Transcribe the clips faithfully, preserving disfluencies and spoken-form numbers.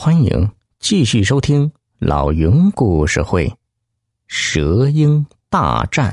欢迎继续收听老云故事会《蛇鹰大战》。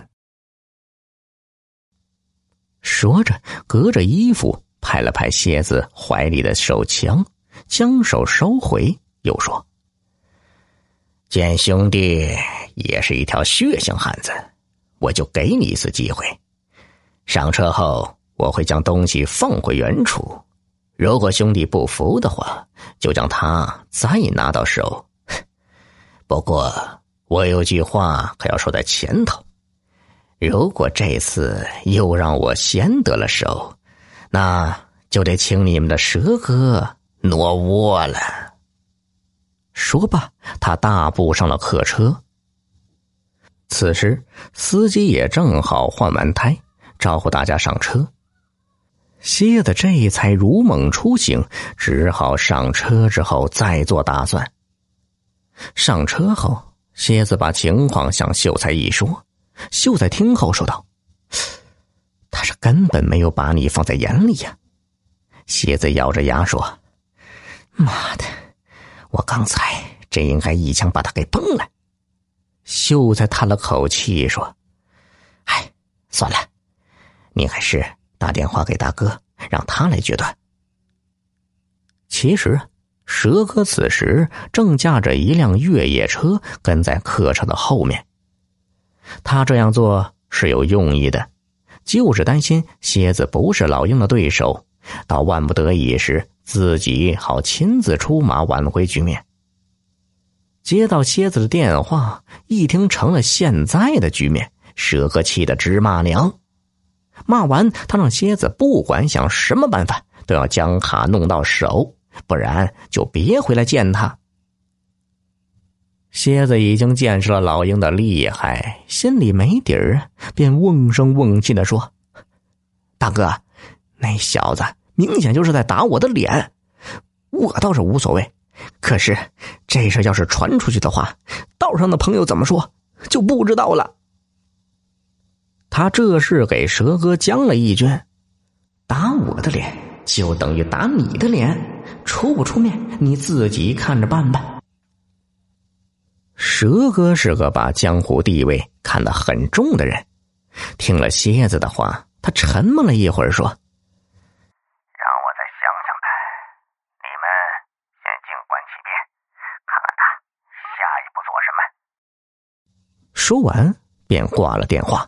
说着，隔着衣服拍了拍蝎子怀里的手枪，将手收回，又说：见兄弟也是一条血性汉子，我就给你一次机会。上车后我会将东西放回原处，如果兄弟不服的话，就将他再拿到手。不过我有句话可要说在前头，如果这次又让我先得了手，那就得请你们的蛇哥挪窝了。说罢，他大步上了客车。此时司机也正好换完胎，招呼大家上车。蝎子这才如梦初醒，只好上车之后再做打算。上车后，蝎子把情况向秀才一说，秀才听后说道：他是根本没有把你放在眼里呀。蝎子咬着牙说：妈的，我刚才真应该一枪把他给崩了。秀才叹了口气说：哎，算了，你还是打电话给大哥，让他来决断。其实蛇哥此时正驾着一辆越野车跟在客车的后面，他这样做是有用意的，就是担心蝎子不是老鹰的对手，到万不得已时自己好亲自出马挽回局面。接到蝎子的电话，一听成了现在的局面，蛇哥气得直骂娘。骂完，他让蝎子不管想什么办法都要将卡弄到手，不然就别回来见他。蝎子已经见识了老鹰的厉害，心里没底儿，便瓮声瓮气地说：大哥，那小子明显就是在打我的脸，我倒是无所谓，可是这事要是传出去的话，道上的朋友怎么说就不知道了。他这是给蛇哥将了一军，打我的脸就等于打你的脸，出不出面你自己看着办吧。蛇哥是个把江湖地位看得很重的人，听了蝎子的话，他沉默了一会儿说：让我再想想吧，你们先静观其变，看看他下一步做什么。 说完便挂了电话。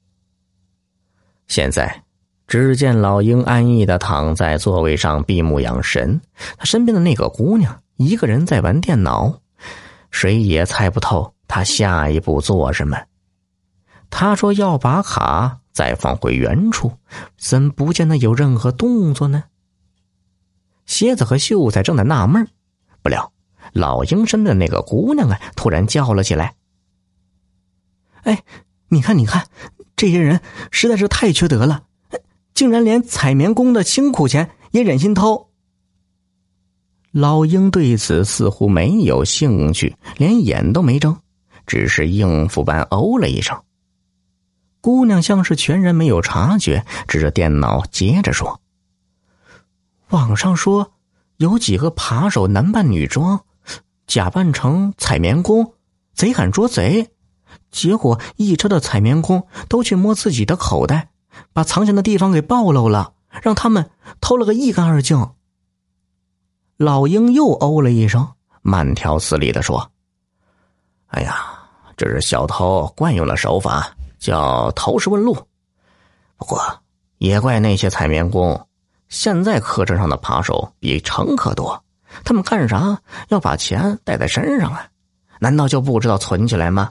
现在只见老鹰安逸地躺在座位上闭目养神，他身边的那个姑娘一个人在玩电脑，谁也猜不透他下一步做什么。他说要把卡再放回原处，怎不见得有任何动作呢？蝎子和秀才正在纳闷，不料老鹰身边的那个姑娘啊，突然叫了起来：哎，你看你看，这些人实在是太缺德了，竟然连采棉工的辛苦钱也忍心偷。老鹰对此似乎没有兴趣，连眼都没睁，只是应付般哦了一声。姑娘像是全然没有察觉，指着电脑接着说：网上说有几个扒手男扮女装，假扮成采棉工，贼喊捉贼，结果一车的采棉工都去摸自己的口袋，把藏钱的地方给暴露了，让他们偷了个一干二净。老鹰又哦了一声，慢条斯理地说：哎呀，这是小偷惯用的手法，叫投石问路。不过也怪那些采棉工，现在客车上的扒手比乘客多，他们干啥要把钱带在身上啊？难道就不知道存起来吗？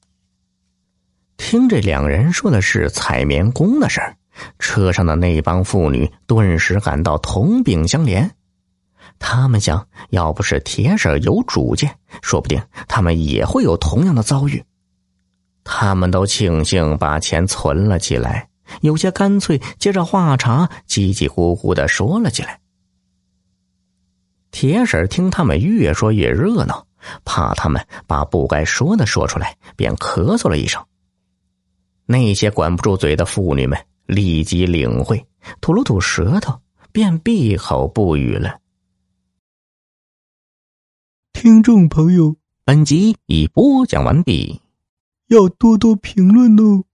听这两人说的是采棉工的事儿，车上的那帮妇女顿时感到同病相怜。他们想，要不是铁婶有主见，说不定他们也会有同样的遭遇。他们都庆幸把钱存了起来，有些干脆接着话茬叽叽咕咕地说了起来。铁婶听他们越说越热闹，怕他们把不该说的说出来，便咳嗽了一声。那些管不住嘴的妇女们立即领会，吐了吐舌头，便闭口不语了。 听众朋友， 本集已播讲完毕， 要多多评论哦。